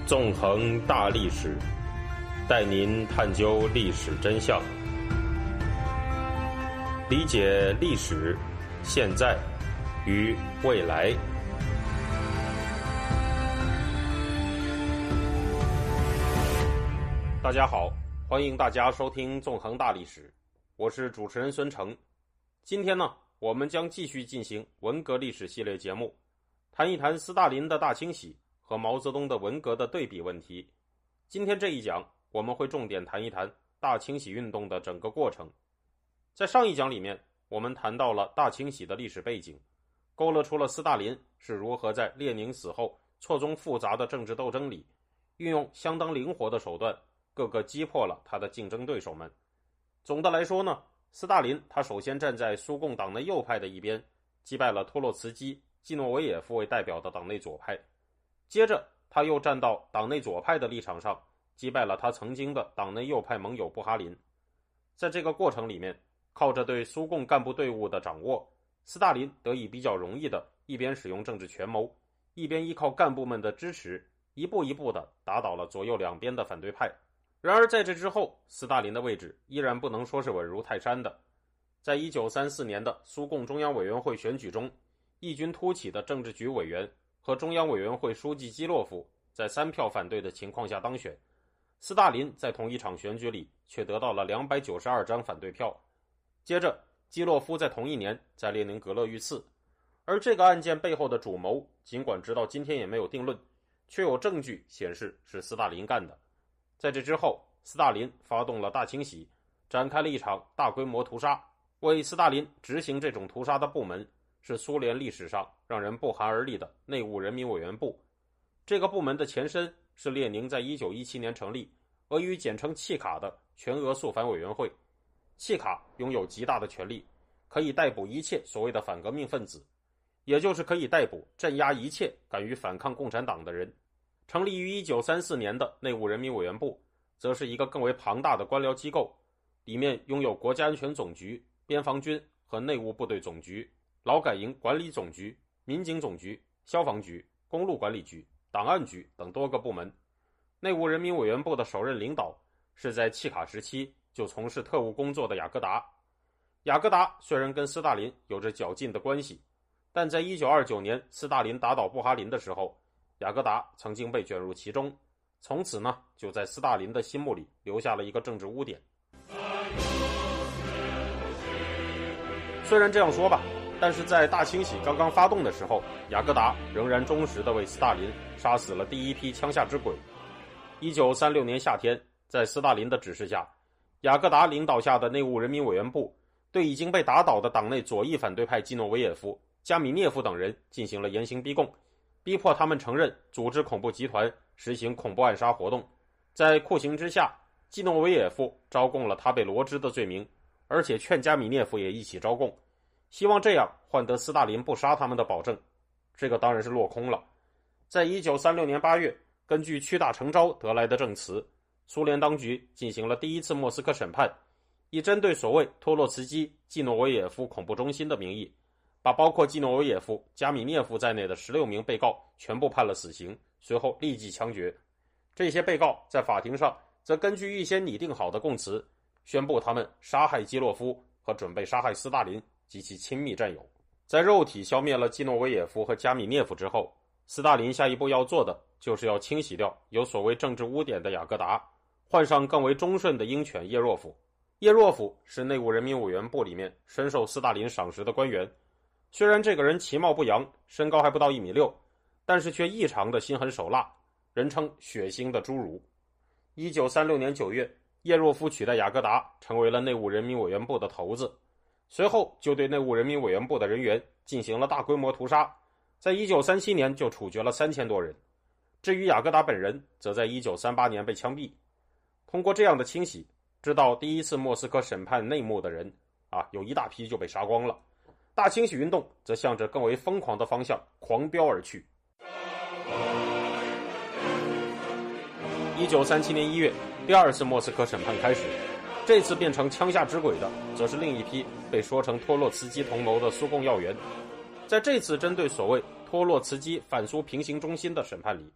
纵横大历史，带您探究历史真相，理解历史、现在与未来。大家好，欢迎大家收听纵横大历史，我是主持人孙成。今天呢，我们将继续进行文革历史系列节目，谈一谈斯大林的大清洗和毛泽东的文革的对比问题。今天这一讲，我们会重点谈一谈大清洗运动的整个过程。在上一讲里面，我们谈到了大清洗的历史背景，勾勒出了斯大林是如何在列宁死后错综复杂的政治斗争里，运用相当灵活的手段，各个击破了他的竞争对手们。总的来说呢，斯大林他首先站在苏共党内右派的一边，击败了托洛茨基、季诺维也夫为代表的党内左派。接着他又站到党内左派的立场上，击败了他曾经的党内右派盟友布哈林。在这个过程里面，靠着对苏共干部队伍的掌握，斯大林得以比较容易的一边使用政治权谋，一边依靠干部们的支持，一步一步的打倒了左右两边的反对派。然而在这之后，斯大林的位置依然不能说是稳如泰山的。在1934年的苏共中央委员会选举中，异军突起的政治局委员和中央委员会书记基洛夫在3票反对的情况下当选，斯大林在同一场选举里却得到了292张反对票。接着基洛夫在同一年在列宁格勒遇刺，而这个案件背后的主谋尽管直到今天也没有定论，却有证据显示是斯大林干的。在这之后，斯大林发动了大清洗，展开了一场大规模屠杀。为斯大林执行这种屠杀的部门是苏联历史上让人不寒而栗的内务人民委员部。这个部门的前身是列宁在1917年成立，俄语简称契卡的全俄肃反委员会。契卡拥有极大的权力，可以逮捕一切所谓的反革命分子，也就是可以逮捕、镇压一切敢于反抗共产党的人。成立于1934年的内务人民委员部则是一个更为庞大的官僚机构，里面拥有国家安全总局、边防军和内务部队总局、劳改营管理总局、民警总局、消防局、公路管理局、档案局等多个部门。内务人民委员部的首任领导是在契卡时期就从事特务工作的雅各达。雅各达虽然跟斯大林有着较近的关系，但在1929年斯大林打倒布哈林的时候，雅各达曾经被卷入其中，从此呢，就在斯大林的心目里留下了一个政治污点。虽然这样说吧，但是在大清洗刚刚发动的时候，雅各达仍然忠实地为斯大林杀死了第一批枪下之鬼。1936年夏天，在斯大林的指示下，雅各达领导下的内务人民委员部对已经被打倒的党内左翼反对派季诺维也夫、加米涅夫等人进行了严刑逼供，逼迫他们承认组织恐怖集团，实行恐怖暗杀活动。在酷刑之下，季诺维也夫招供了他被罗织的罪名，而且劝加米涅夫也一起招供，希望这样换得斯大林不杀他们的保证。这个当然是落空了。在1936年8月，根据屈大成招得来的证词，苏联当局进行了第一次莫斯科审判，以针对所谓托洛茨基、季诺维也夫恐怖中心的名义，把包括季诺维也夫、加米涅夫在内的16名被告全部判了死刑，随后立即枪决。这些被告在法庭上则根据预先拟定好的供词，宣布他们杀害基洛夫和准备杀害斯大林及其亲密战友。在肉体消灭了季诺维也夫和加米涅夫之后，斯大林下一步要做的就是要清洗掉有所谓政治污点的雅各达，换上更为忠顺的鹰犬叶若夫。叶若夫是内务人民委员部里面深受斯大林赏识的官员，虽然这个人其貌不扬，身高还不到1.6米，但是却异常的心狠手辣，人称血腥的侏儒。1936年9月，叶若夫取代雅各达成为了内务人民委员部的头子，随后就对内务人民委员部的人员进行了大规模屠杀，在1937年就处决了3000多人。至于雅各达本人，则在1938年被枪毙。通过这样的清洗，知道第一次莫斯科审判内幕的人有一大批就被杀光了。大清洗运动则向着更为疯狂的方向狂飙而去。1937年1月，第二次莫斯科审判开始，这次变成枪下之鬼的则是另一批被说成托洛茨基同谋的苏共要员。在这次针对所谓托洛茨基反苏平行中心的审判里，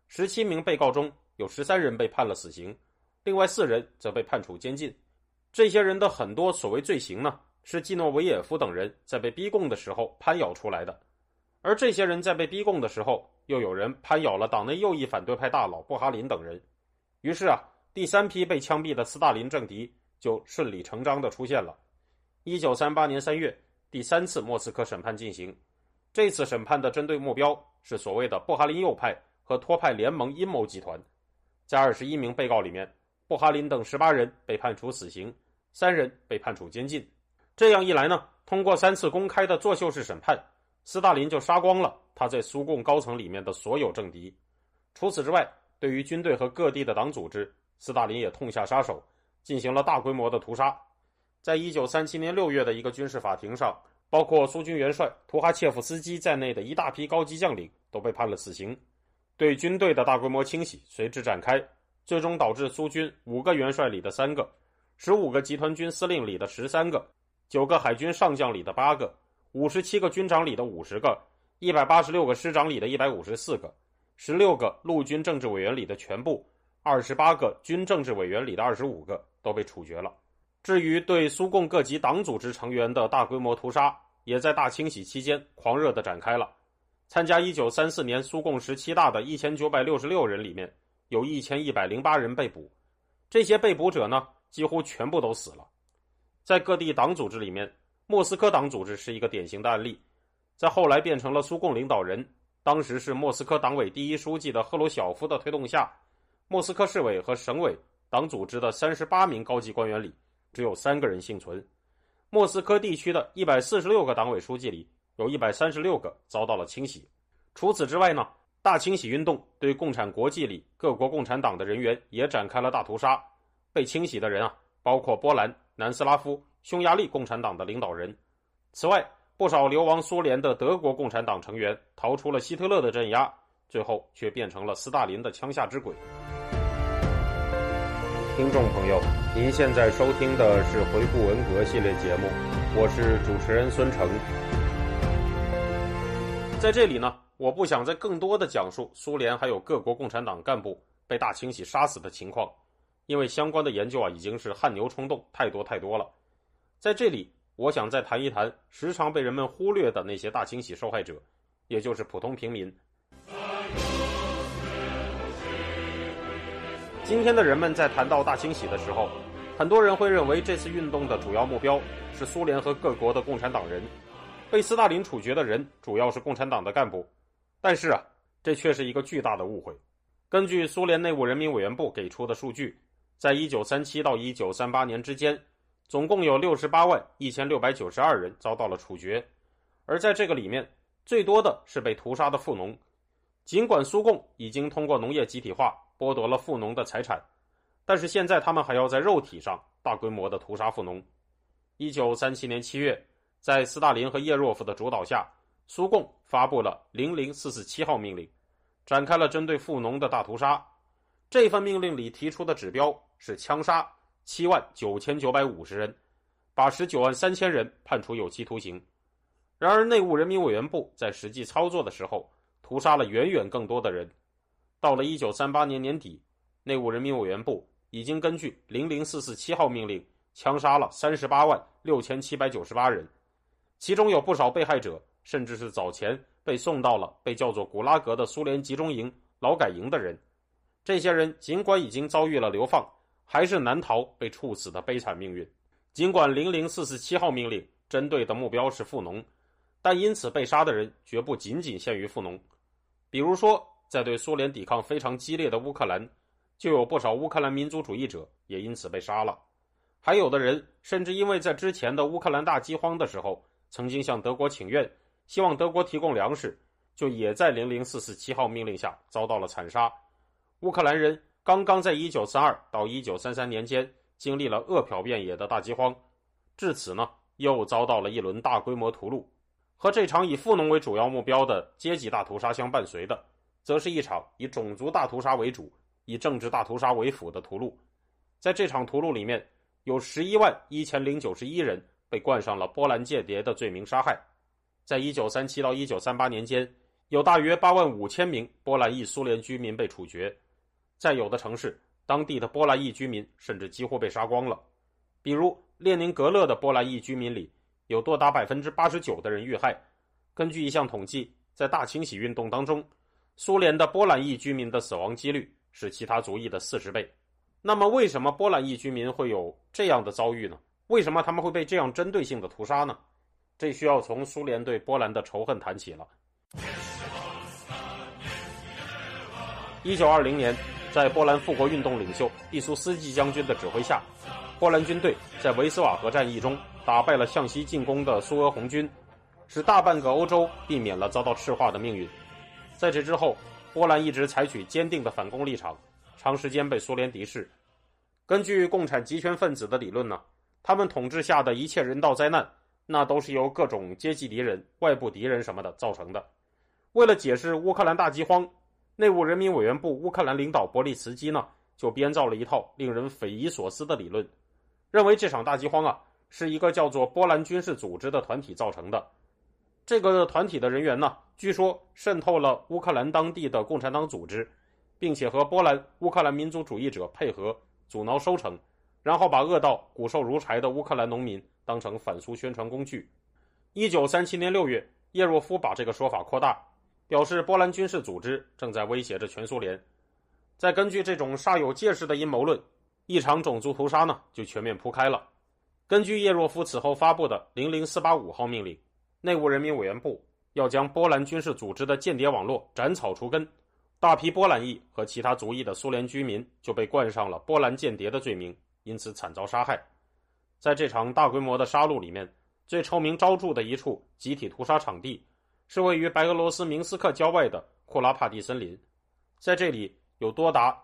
17名被告中有13人被判了死刑，另外4人则被判处监禁。这些人的很多所谓罪行呢，是季诺维也夫等人在被逼供的时候攀咬出来的。而这些人在被逼供的时候，又有人攀咬了党内右翼反对派大佬布哈林等人。于是第3批被枪毙的斯大林政敌就顺理成章地出现了。1938年3月，第3次莫斯科审判进行。这次审判的针对目标是所谓的布哈林右派和托派联盟阴谋集团。在21名被告里面，布哈林等18人被判处死刑，3人被判处监禁。这样一来呢，通过3次公开的作秀式审判，斯大林就杀光了他在苏共高层里面的所有政敌。除此之外，对于军队和各地的党组织，斯大林也痛下杀手，进行了大规模的屠杀。在1937年6月的一个军事法庭上，包括苏军元帅图哈切夫斯基在内的一大批高级将领都被判了死刑。对军队的大规模清洗随之展开，最终导致苏军5个元帅里的3个，15个集团军司令里的13个，9个海军上将里的8个，57个军长里的50个，186个师长里的154个，16个陆军政治委员里的全部，28个军政治委员里的25个都被处决了。至于对苏共各级党组织成员的大规模屠杀，也在大清洗期间狂热地展开了。参加1934年苏共17大的1966人里面，有1108人被捕。这些被捕者呢，几乎全部都死了。在各地党组织里面，莫斯科党组织是一个典型的案例。在后来变成了苏共领导人，当时是莫斯科党委第1书记的赫鲁晓夫的推动下，莫斯科市委和省委党组织的38名高级官员里，只有3个人幸存。莫斯科地区的146个党委书记里，有136个遭到了清洗。除此之外呢，大清洗运动对共产国际里各国共产党的人员也展开了大屠杀。被清洗的人包括波兰、南斯拉夫、匈牙利共产党的领导人。此外，不少流亡苏联的德国共产党成员逃出了希特勒的镇压，最后却变成了斯大林的枪下之鬼。听众朋友，您现在收听的是回顾文革系列节目，我是主持人孙成。在这里呢，我不想再更多的讲述苏联还有各国共产党干部被大清洗杀死的情况，因为相关的研究已经是汗牛充栋，太多了。在这里，我想再谈一谈时常被人们忽略的那些大清洗受害者，也就是普通平民。今天的人们在谈到大清洗的时候，很多人会认为这次运动的主要目标是苏联和各国的共产党人，被斯大林处决的人主要是共产党的干部。但是这却是一个巨大的误会。根据苏联内务人民委员部给出的数据，在1937到1938年之间，总共有68万1692人遭到了处决，而在这个里面，最多的是被屠杀的富农。尽管苏共已经通过农业集体化剥夺了富农的财产，但是现在他们还要在肉体上大规模的屠杀富农。1937年7月，在斯大林和叶若夫的主导下，苏共发布了00447号命令，展开了针对富农的大屠杀。这份命令里提出的指标是枪杀79950人，把193000人判处有期徒刑。然而内务人民委员部在实际操作的时候，屠杀了远远更多的人。到了1938年年底，内务人民委员部已经根据00447号命令枪杀了38万6798人，其中有不少被害者甚至是早前被送到了被叫做古拉格的苏联集中营、劳改营的人。这些人尽管已经遭遇了流放，还是难逃被处死的悲惨命运。尽管00447号命令针对的目标是富农，但因此被杀的人绝不仅仅限于富农。比如说，在对苏联抵抗非常激烈的乌克兰，就有不少乌克兰民族主义者也因此被杀了。还有的人甚至因为在之前的乌克兰大饥荒的时候曾经向德国请愿，希望德国提供粮食，就也在00447号命令下遭到了惨杀。乌克兰人刚刚在1932到1933年间经历了饿殍遍野的大饥荒，至此呢，又遭到了一轮大规模屠戮。和这场以富农为主要目标的阶级大屠杀相伴随的，则是一场以种族大屠杀为主、以政治大屠杀为辅的屠戮。在这场屠戮里面，有11万1091人被冠上了波兰间谍的罪名杀害。在1937到1938年间， 有大约85000名波兰裔苏联居民被处决，在有的城市，当地的波兰裔居民甚至几乎被杀光了。比如列宁格勒的波兰裔居民里，有多达 89% 的人遇害。根据一项统计，在大清洗运动当中，苏联的波兰裔居民的死亡几率是其他族裔的40倍。那么为什么波兰裔居民会有这样的遭遇呢？为什么他们会被这样针对性的屠杀呢？这需要从苏联对波兰的仇恨谈起了。1920年，在波兰复国运动领袖毕苏斯基将军的指挥下，波兰军队在维斯瓦河战役中打败了向西进攻的苏俄红军，使大半个欧洲避免了遭到赤化的命运。在这之后，波兰一直采取坚定的反攻立场，长时间被苏联敌视。根据共产极权分子的理论呢，他们统治下的一切人道灾难，那都是由各种阶级敌人、外部敌人什么的造成的。为了解释乌克兰大饥荒，内务人民委员部乌克兰领导博利茨基呢，就编造了一套令人匪夷所思的理论，认为这场大饥荒啊，是一个叫做波兰军事组织的团体造成的。这个团体的人员呢，据说渗透了乌克兰当地的共产党组织，并且和波兰乌克兰民族主义者配合，阻挠收成，然后把饿到骨瘦如柴的乌克兰农民当成反苏宣传工具。1937年6月，叶若夫把这个说法扩大，表示波兰军事组织正在威胁着全苏联。再根据这种煞有介事的阴谋论，一场种族屠杀呢就全面铺开了。根据叶若夫此后发布的00485号命令，内务人民委员部要将波兰军事组织的间谍网络斩草除根，大批波兰裔和其他族裔的苏联居民就被冠上了波兰间谍的罪名，因此惨遭杀害。在这场大规模的杀戮里面，最臭名昭著的一处集体屠杀场地是位于白俄罗斯明斯克郊外的库拉帕蒂森林。在这里有多达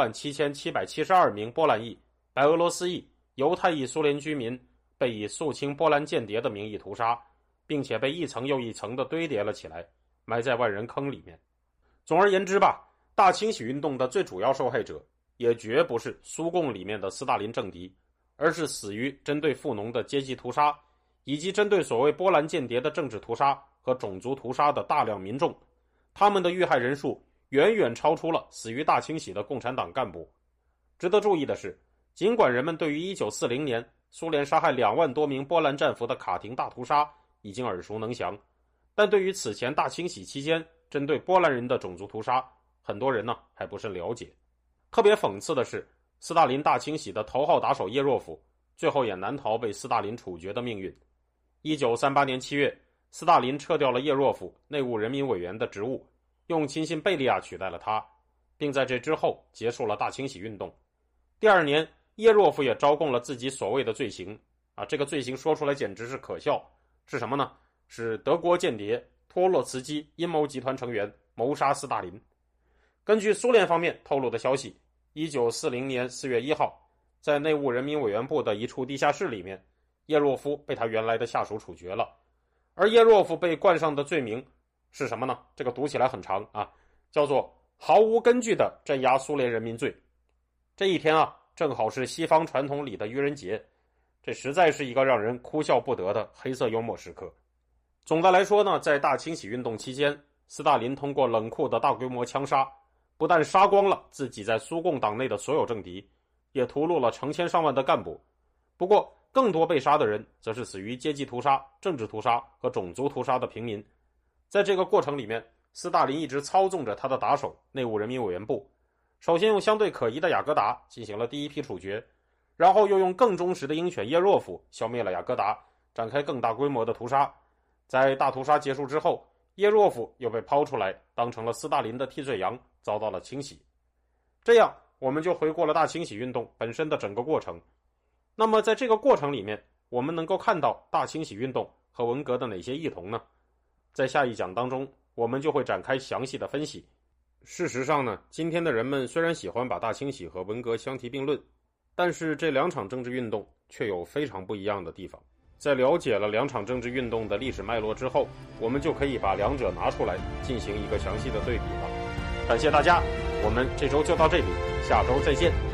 17772名波兰裔、白俄罗斯裔、犹太裔苏联居民被以肃清波兰间谍的名义屠杀，并且被一层又一层地堆叠了起来，埋在万人坑里面。总而言之吧，大清洗运动的最主要受害者也绝不是苏共里面的斯大林政敌，而是死于针对富农的阶级屠杀，以及针对所谓波兰间谍的政治屠杀和种族屠杀的大量民众。他们的遇害人数远远超出了死于大清洗的共产党干部。值得注意的是，尽管人们对于1940年苏联杀害2万多名波兰战俘的卡廷大屠杀已经耳熟能详，但对于此前大清洗期间针对波兰人的种族屠杀，很多人呢还不甚了解。特别讽刺的是，斯大林大清洗的头号打手叶若夫最后也难逃被斯大林处决的命运。1938年7月，斯大林撤掉了叶若夫内务人民委员的职务，用亲信贝利亚取代了他，并在这之后结束了大清洗运动。第2年，叶若夫也招供了自己所谓的罪行这个罪行说出来简直是可笑。是什么呢？是德国间谍、托洛茨基阴谋集团成员谋杀斯大林。根据苏联方面透露的消息，1940年4月1号，在内务人民委员部的一处地下室里面，叶若夫被他原来的下属处决了。而叶若夫被冠上的罪名是什么呢？这个读起来很长叫做毫无根据的镇压苏联人民罪。这一天正好是西方传统里的愚人节，这实在是一个让人哭笑不得的黑色幽默时刻。总的来说呢，在大清洗运动期间，斯大林通过冷酷的大规模枪杀，不但杀光了自己在苏共党内的所有政敌，也屠戮了成千上万的干部。不过更多被杀的人则是死于阶级屠杀、政治屠杀和种族屠杀的平民。在这个过程里面，斯大林一直操纵着他的打手内务人民委员部，首先用相对可疑的雅各达进行了第一批处决，然后又用更忠实的鹰犬叶若夫消灭了雅各达，展开更大规模的屠杀。在大屠杀结束之后，叶若夫又被抛出来当成了斯大林的替罪羊，遭到了清洗。这样我们就回顾了大清洗运动本身的整个过程。那么在这个过程里面，我们能够看到大清洗运动和文革的哪些异同呢？在下一讲当中，我们就会展开详细的分析。事实上呢，今天的人们虽然喜欢把大清洗和文革相提并论，但是这2场政治运动却有非常不一样的地方。在了解了2场政治运动的历史脉络之后，我们就可以把2者拿出来进行一个详细的对比了。感谢大家，我们这周就到这里，下周再见。